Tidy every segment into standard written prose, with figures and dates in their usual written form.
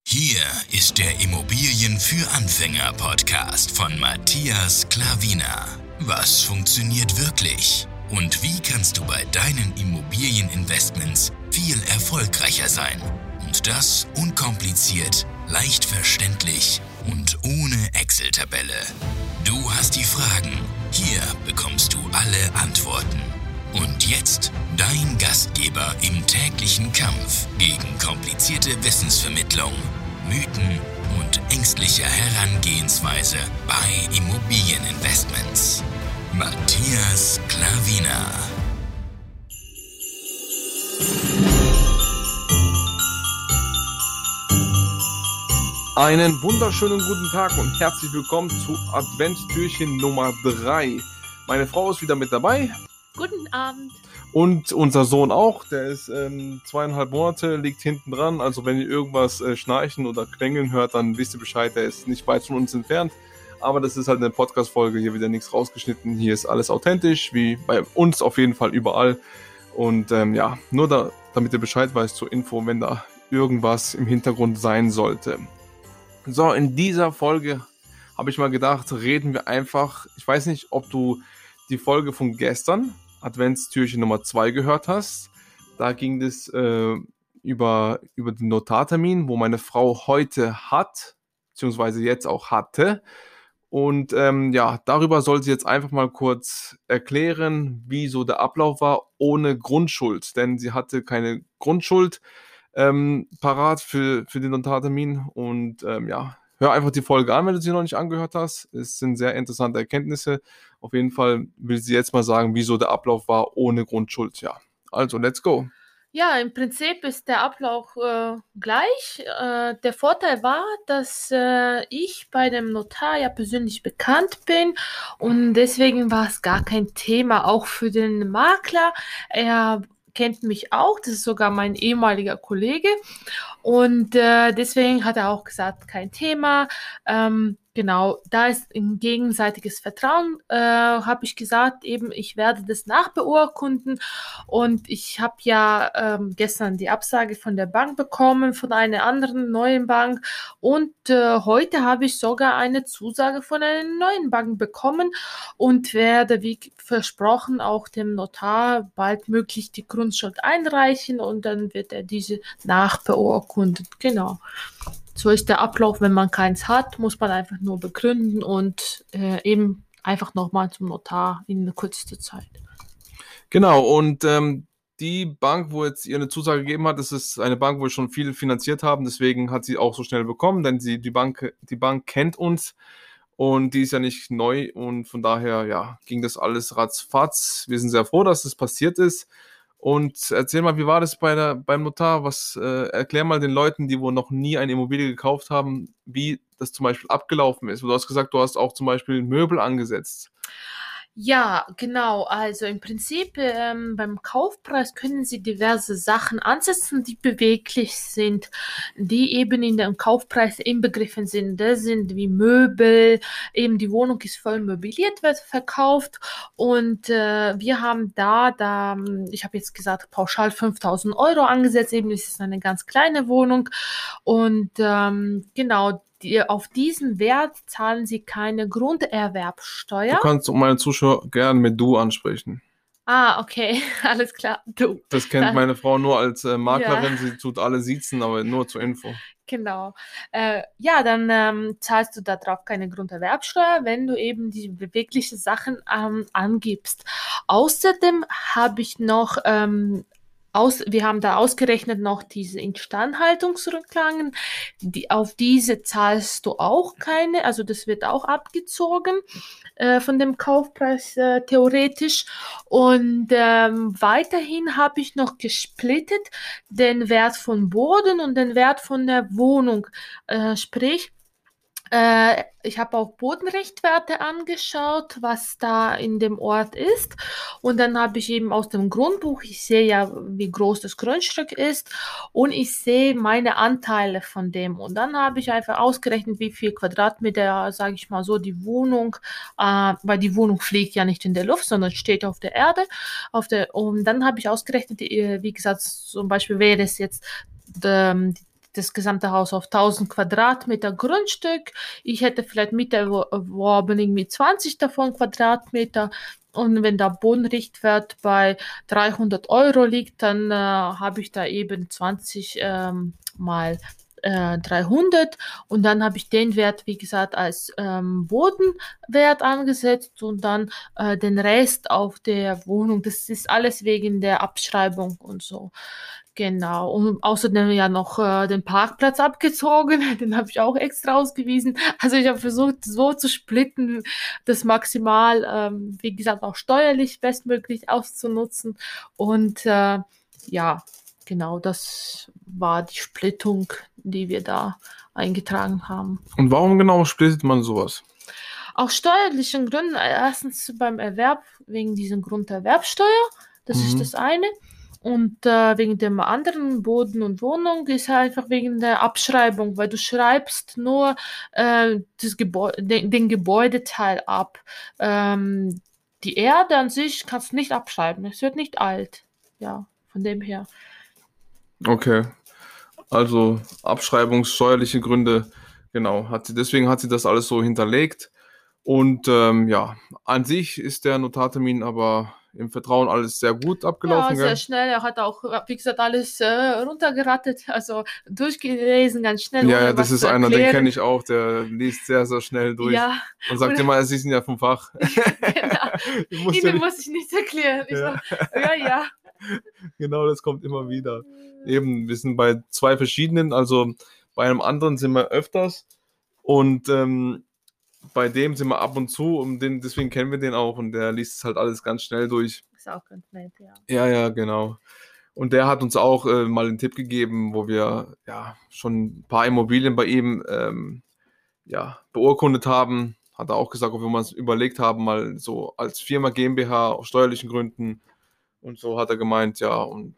Hier ist der Immobilien für Anfänger Podcast von Matthias Klavina. Was funktioniert wirklich? Und wie kannst du bei deinen Immobilieninvestments viel erfolgreicher sein? Und das unkompliziert, leicht verständlich und ohne Excel-Tabelle. Du hast die Fragen, hier bekommst du alle Antworten. Und jetzt dein Gastgeber im täglichen Kampf gegen komplizierte Wissensvermittlung, Mythen und ängstliche Herangehensweise bei Immobilieninvestments. Matthias Klavina. Einen wunderschönen guten Tag und herzlich willkommen zu Adventstürchen Nummer 3. Meine Frau ist wieder mit dabei. Guten Abend. Und unser Sohn auch, der ist 2,5 Monate, liegt hinten dran. Also wenn ihr irgendwas schnarchen oder quengeln hört, dann wisst ihr Bescheid, der ist nicht weit von uns entfernt. Aber das ist halt eine Podcast-Folge, hier wird ja nichts rausgeschnitten. Hier ist alles authentisch, wie bei uns auf jeden Fall überall. Und nur damit ihr Bescheid weißt zur Info, wenn da irgendwas im Hintergrund sein sollte. So, in dieser Folge habe ich mal gedacht, reden wir einfach, ich weiß nicht, ob du die Folge von gestern, Adventstürchen Nummer 2 gehört hast. Da ging es über den Notartermin, wo meine Frau heute hat, beziehungsweise jetzt auch hatte. Und darüber soll sie jetzt einfach mal kurz erklären, wie so der Ablauf war ohne Grundschuld. Denn sie hatte keine Grundschuld parat für den Notartermin. Und hör einfach die Folge an, wenn du sie noch nicht angehört hast. Es sind sehr interessante Erkenntnisse. Auf jeden Fall will sie jetzt mal sagen, wieso der Ablauf war ohne Grundschuld. Ja, also let's go. Ja, im Prinzip ist der Ablauf gleich. Der Vorteil war, dass ich bei dem Notar ja persönlich bekannt bin und deswegen war es gar kein Thema, auch für den Makler. Er kennt mich auch, das ist sogar mein ehemaliger Kollege und deswegen hat er auch gesagt, kein Thema. Genau, da ist ein gegenseitiges Vertrauen, habe ich gesagt, eben ich werde das nachbeurkunden und ich habe ja gestern die Absage von der Bank bekommen, von einer anderen neuen Bank und heute habe ich sogar eine Zusage von einer neuen Bank bekommen und werde, wie versprochen, auch dem Notar baldmöglich die Grundschuld einreichen und dann wird er diese nachbeurkundet. Genau. So ist der Ablauf, wenn man keins hat, muss man einfach nur begründen und eben einfach nochmal zum Notar in kürzester Zeit. Genau, und die Bank, wo jetzt ihr eine Zusage gegeben hat, das ist eine Bank, wo wir schon viel finanziert haben, deswegen hat sie auch so schnell bekommen, denn die Bank kennt uns und die ist ja nicht neu und von daher ging das alles ratzfatz. Wir sind sehr froh, dass das passiert ist. Und erzähl mal, wie war das beim Notar? Erklär mal den Leuten, die wohl noch nie eine Immobilie gekauft haben, wie das zum Beispiel abgelaufen ist. Du hast gesagt, du hast auch zum Beispiel Möbel angesetzt. Ja, genau. Also im Prinzip beim Kaufpreis können Sie diverse Sachen ansetzen, die beweglich sind, die eben in dem Kaufpreis inbegriffen sind. Das sind wie Möbel, eben die Wohnung ist voll möbliert, wird verkauft und wir haben ich habe jetzt gesagt, pauschal 5.000 Euro angesetzt, eben ist es eine ganz kleine Wohnung und genau, auf diesen Wert zahlen Sie keine Grunderwerbsteuer. Du kannst meine Zuschauer gerne mit du ansprechen. Ah, okay, alles klar, du. Das kennt meine Frau nur als Maklerin, sie tut alle siezen, aber nur zur Info. Genau. Dann zahlst du darauf keine Grunderwerbsteuer, wenn du eben die beweglichen Sachen angibst. Außerdem habe ich noch wir haben da ausgerechnet noch diese Instandhaltungsrücklagen, auf diese zahlst du auch keine, also das wird auch abgezogen von dem Kaufpreis theoretisch. Und weiterhin habe ich noch gesplittet den Wert von Boden und den Wert von der Wohnung, sprich, ich habe auch Bodenrichtwerte angeschaut, was da in dem Ort ist. Und dann habe ich eben aus dem Grundbuch, ich sehe ja, wie groß das Grundstück ist und ich sehe meine Anteile von dem. Und dann habe ich einfach ausgerechnet, wie viel Quadratmeter, sage ich mal so, die Wohnung, weil die Wohnung fliegt ja nicht in der Luft, sondern steht auf der Erde. Und dann habe ich ausgerechnet, wie gesagt, zum Beispiel wäre es jetzt das gesamte Haus auf 1000 Quadratmeter Grundstück. Ich hätte vielleicht miterworben irgendwie 20 davon Quadratmeter. Und wenn der Bodenrichtwert bei 300 Euro liegt, dann habe ich da eben 20 mal 300 und dann habe ich den Wert, wie gesagt, als Bodenwert angesetzt und dann den Rest auf der Wohnung. Das ist alles wegen der Abschreibung und so. Genau. Und außerdem ja noch den Parkplatz abgezogen. Den habe ich auch extra ausgewiesen. Also ich habe versucht, so zu splitten, das maximal, wie gesagt, auch steuerlich bestmöglich auszunutzen. Und ja, genau, das war die Splittung, die wir da eingetragen haben. Und warum genau splittet man sowas? Aus steuerlichen Gründen, erstens beim Erwerb wegen diesem Grunderwerbsteuer, das ist das eine. Und wegen dem anderen Boden und Wohnung ist einfach wegen der Abschreibung, weil du schreibst nur den Gebäudeteil ab. Die Erde an sich kannst du nicht abschreiben, es wird nicht alt. Ja, von dem her. Okay, also abschreibungssteuerliche Gründe, genau, deswegen hat sie das alles so hinterlegt. Und ja, an sich ist der Notartermin aber im Vertrauen alles sehr gut abgelaufen, Ja, sehr gell? schnell. Er hat auch, wie gesagt, alles runtergerattet, also durchgelesen, ganz schnell, Ja, ohne das was ist zu einer, den erklären. kenne ich auch, der liest sehr, sehr schnell durch Ja, und sagt und immer, Sie sind ja vom Fach. genau. Ich muss ja Ihnen nicht, muss ich nichts erklären. Ich ja. so, ja. Genau, das kommt immer wieder. Eben, wir sind bei zwei verschiedenen, also bei einem anderen sind wir öfters und bei dem sind wir ab und zu und deswegen kennen wir den auch und der liest es halt alles ganz schnell durch. Ist auch ganz nett, ja. Ja, ja, genau. Und der hat uns auch mal einen Tipp gegeben, wo wir ja schon ein paar Immobilien bei ihm ja, beurkundet haben. Hat er auch gesagt, ob wir uns überlegt haben, mal so als Firma GmbH aus steuerlichen Gründen und so hat er gemeint, ja. Und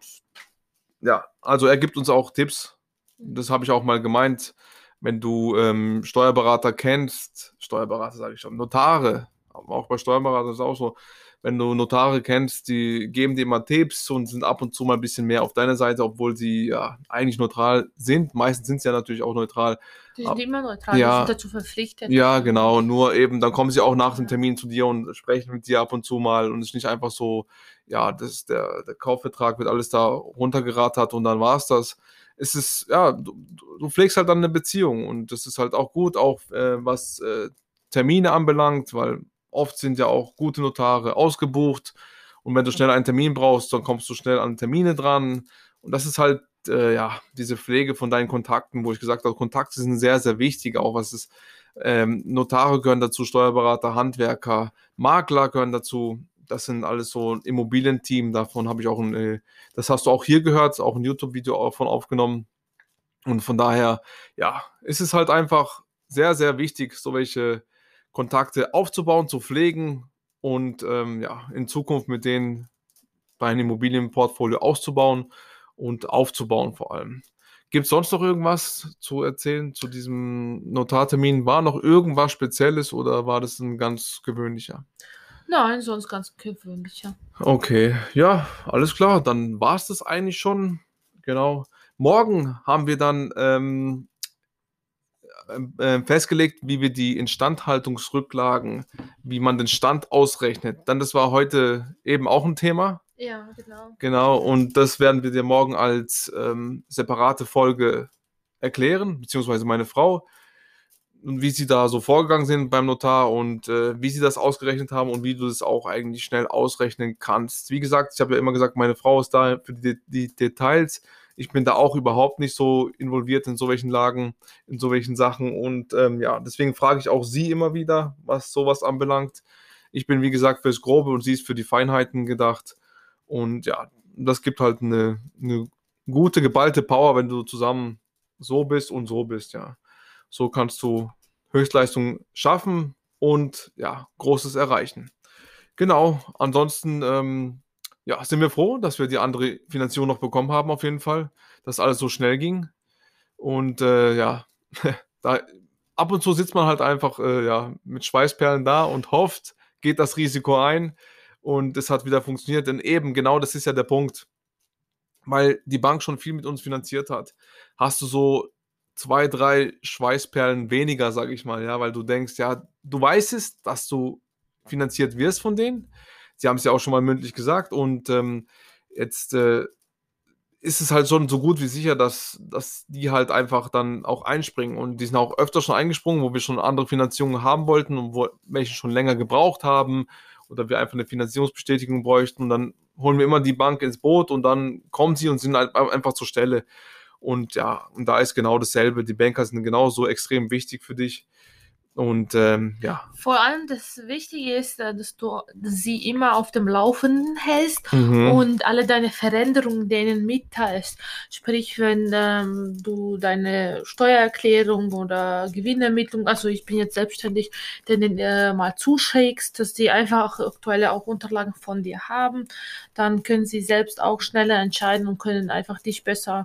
ja, also er gibt uns auch Tipps. Das habe ich auch mal gemeint. Wenn du Steuerberater kennst, Steuerberater sage ich schon, Notare, aber auch bei Steuerberatern ist es auch so, wenn du Notare kennst, die geben dir immer Tipps und sind ab und zu mal ein bisschen mehr auf deiner Seite, obwohl sie ja eigentlich neutral sind. Meistens sind sie ja natürlich auch neutral. Die sind immer neutral, die sind Ja, dazu verpflichtet. ja, genau. Nur eben, dann kommen sie auch nach dem Termin zu dir und sprechen mit dir ab und zu mal und es ist nicht einfach so, ja, der Kaufvertrag wird alles da runtergerattert und dann war's das. Es ist, ja, du pflegst halt dann eine Beziehung und das ist halt auch gut, auch was Termine anbelangt, weil oft sind ja auch gute Notare ausgebucht und wenn du schnell einen Termin brauchst, dann kommst du schnell an Termine dran und das ist halt ja, diese Pflege von deinen Kontakten, wo ich gesagt habe, Kontakte sind sehr, sehr wichtig, auch was ist, Notare gehören dazu, Steuerberater, Handwerker, Makler gehören dazu, das sind alles so ein Immobilienteam, davon habe ich auch das hast du auch hier gehört, auch ein YouTube-Video davon aufgenommen und von daher, ja, ist es halt einfach sehr, sehr wichtig, so welche Kontakte aufzubauen, zu pflegen und ja, in Zukunft mit denen dein Immobilienportfolio auszubauen und aufzubauen vor allem. Gibt es sonst noch irgendwas zu erzählen zu diesem Notartermin? War noch irgendwas Spezielles oder war das ein ganz gewöhnlicher? Nein, sonst ganz gewöhnlicher. Okay, ja, alles klar. Dann war es das eigentlich schon. Genau. Morgen haben wir dann festgelegt, wie wir die Instandhaltungsrücklagen, wie man den Stand ausrechnet. Dann, das war heute eben auch ein Thema. Ja, genau. Genau, und das werden wir dir morgen als separate Folge erklären, beziehungsweise meine Frau, und wie sie da so vorgegangen sind beim Notar und wie sie das ausgerechnet haben und wie du das auch eigentlich schnell ausrechnen kannst. Wie gesagt, ich habe ja immer gesagt, meine Frau ist da für die Details. Ich bin da auch überhaupt nicht so involviert in so welchen Lagen, in so welchen Sachen und ja, deswegen frage ich auch sie immer wieder, was sowas anbelangt. Ich bin, wie gesagt, fürs Grobe und sie ist für die Feinheiten gedacht. Und ja, das gibt halt eine gute, geballte Power, wenn du zusammen so bist und so bist, ja. So kannst du Höchstleistung schaffen und ja, Großes erreichen. Genau, ansonsten ja, sind wir froh, dass wir die andere Finanzierung noch bekommen haben, auf jeden Fall, dass alles so schnell ging. Und ja, da, ab und zu sitzt man halt einfach ja, mit Schweißperlen da und hofft, geht das Risiko ein und es hat wieder funktioniert. Denn eben, genau das ist ja der Punkt. weil die Bank schon viel mit uns finanziert hat, hast du so 2, 3 Schweißperlen weniger, sage ich mal, ja, weil du denkst, ja, du weißt es, dass du finanziert wirst von denen. Sie haben es ja auch schon mal mündlich gesagt und jetzt ist es halt schon so gut wie sicher, dass die halt einfach dann auch einspringen. Und die sind auch öfter schon eingesprungen, wo wir schon andere Finanzierungen haben wollten und wo welche schon länger gebraucht haben oder wir einfach eine Finanzierungsbestätigung bräuchten. Und dann holen wir immer die Bank ins Boot und dann kommen sie und sind halt einfach zur Stelle. Und ja, und da ist genau dasselbe. Die Banker sind genauso extrem wichtig für dich. Und ja. Vor allem das Wichtige ist, dass du sie immer auf dem Laufenden hältst Mhm. und alle deine Veränderungen denen mitteilst. Sprich, wenn du deine Steuererklärung oder Gewinnermittlung, also ich bin jetzt selbstständig, denen mal zuschickst, dass die einfach aktuelle auch Unterlagen von dir haben, dann können sie selbst auch schneller entscheiden und können einfach dich besser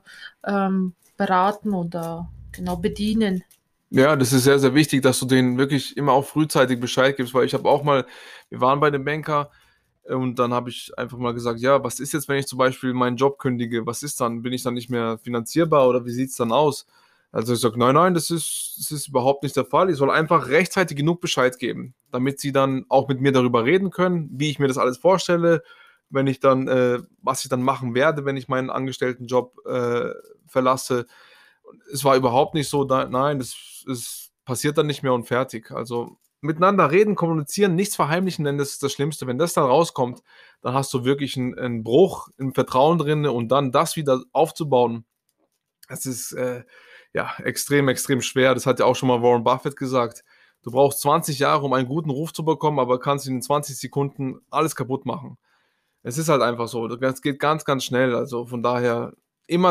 beraten oder genau bedienen. Ja, das ist sehr, sehr wichtig, dass du denen wirklich immer auch frühzeitig Bescheid gibst, weil ich habe auch mal, wir waren bei dem Banker und dann habe ich einfach mal gesagt, ja, was ist jetzt, wenn ich zum Beispiel meinen Job kündige? Was ist dann? Bin ich dann nicht mehr finanzierbar oder wie sieht's dann aus? Also ich sage, nein, nein, das ist überhaupt nicht der Fall. Ich soll einfach rechtzeitig genug Bescheid geben, damit sie dann auch mit mir darüber reden können, wie ich mir das alles vorstelle, wenn ich dann, was ich dann machen werde, wenn ich meinen Angestelltenjob verlasse. Es war überhaupt nicht so, nein, das passiert dann nicht mehr und fertig. Also miteinander reden, kommunizieren, nichts verheimlichen, denn das ist das Schlimmste. Wenn das dann rauskommt, dann hast du wirklich einen Bruch im Vertrauen drin und dann das wieder aufzubauen, das ist ja extrem, extrem schwer. Das hat ja auch schon mal Warren Buffett gesagt. Du brauchst 20 Jahre, um einen guten Ruf zu bekommen, aber kannst in 20 Sekunden alles kaputt machen. Es ist halt einfach so. Das geht ganz, ganz schnell. Also von daher immer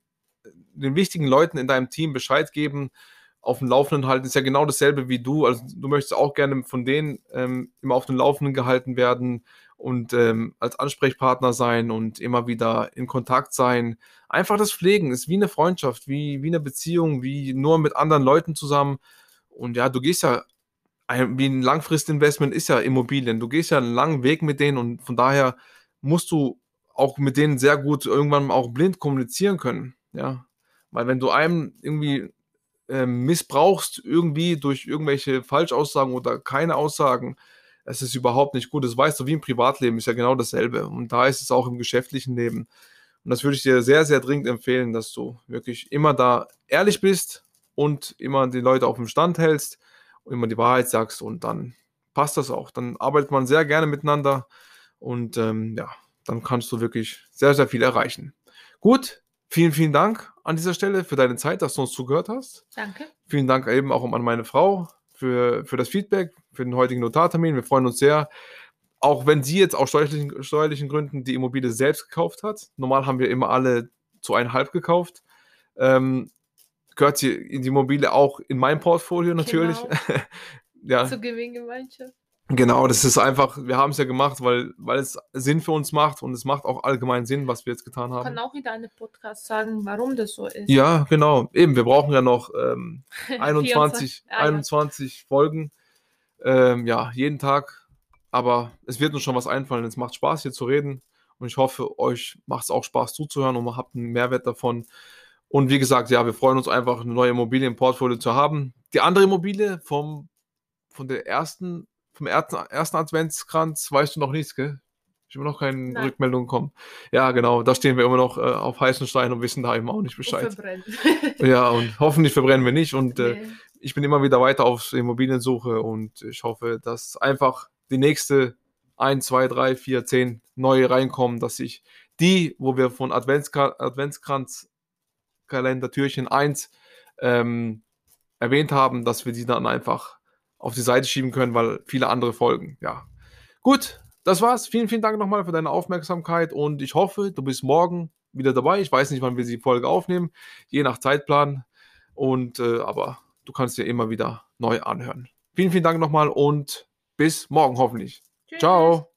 den wichtigen Leuten in deinem Team Bescheid geben, auf dem Laufenden halten, ist ja genau dasselbe wie du. Also du möchtest auch gerne von denen immer auf dem Laufenden gehalten werden und als Ansprechpartner sein und immer wieder in Kontakt sein. Einfach das Pflegen ist wie eine Freundschaft, wie eine Beziehung, wie nur mit anderen Leuten zusammen. Und ja, du gehst ja, wie ein Langfristinvestment ist ja Immobilien. Du gehst ja einen langen Weg mit denen und von daher musst du auch mit denen sehr gut irgendwann auch blind kommunizieren können. Ja, weil wenn du einem irgendwie missbrauchst, irgendwie durch irgendwelche Falschaussagen oder keine Aussagen, es ist überhaupt nicht gut. Das weißt du, wie im Privatleben ist ja genau dasselbe. Und da ist es auch im geschäftlichen Leben. Und das würde ich dir sehr, sehr dringend empfehlen, dass du wirklich immer da ehrlich bist und immer die Leute auf dem Stand hältst und immer die Wahrheit sagst und dann passt das auch. Dann arbeitet man sehr gerne miteinander und ja, dann kannst du wirklich sehr, sehr viel erreichen. Gut, vielen, vielen Dank an dieser Stelle für deine Zeit, dass du uns zugehört hast. Danke. Vielen Dank eben auch an meine Frau für das Feedback, für den heutigen Notartermin. Wir freuen uns sehr, auch wenn sie jetzt aus steuerlichen Gründen die Immobilie selbst gekauft hat. Normal haben wir immer alle zu 1,5 gekauft. Gehört die Immobilie auch in mein Portfolio natürlich. Genau. Ja, Zur Gewinngemeinschaft. genau, das ist einfach, wir haben es ja gemacht, weil es Sinn für uns macht und es macht auch allgemein Sinn, was wir jetzt getan Ich kann haben. auch in deinem Podcast sagen, warum das so ist. Ja, genau. Eben, wir brauchen ja noch 24. Ah, ja. 21 Folgen. Ja, jeden Tag. Aber es wird uns schon was einfallen. Es macht Spaß, hier zu reden. Und ich hoffe, euch macht es auch Spaß zuzuhören und ihr habt einen Mehrwert davon. Und wie gesagt, ja, wir freuen uns einfach, eine neue Immobilie im Portfolio zu haben. Die andere Immobilie vom ersten Adventskranz weißt du noch nichts, gell? Ich habe noch keine Nein. Rückmeldung bekommen. Ja, genau, da stehen wir immer noch auf heißen Steinen und wissen da eben auch nicht Und Bescheid. verbrennen. Ja, und hoffentlich verbrennen wir nicht. Und Nee. ich bin immer wieder weiter auf Immobiliensuche und ich hoffe, dass einfach die nächste 1, 2, 3, 4, 10 neue reinkommen, dass ich die, wo wir von Adventskranzkalender Türchen 1 erwähnt haben, dass wir die dann einfach auf die Seite schieben können, weil viele andere folgen. Ja. Gut, das war's. Vielen, vielen Dank nochmal für deine Aufmerksamkeit und ich hoffe, du bist morgen wieder dabei. Ich weiß nicht, wann wir die Folge aufnehmen, je nach Zeitplan. Und aber du kannst dir immer wieder neu anhören. Vielen, vielen Dank nochmal und bis morgen hoffentlich. Tschüss. Ciao.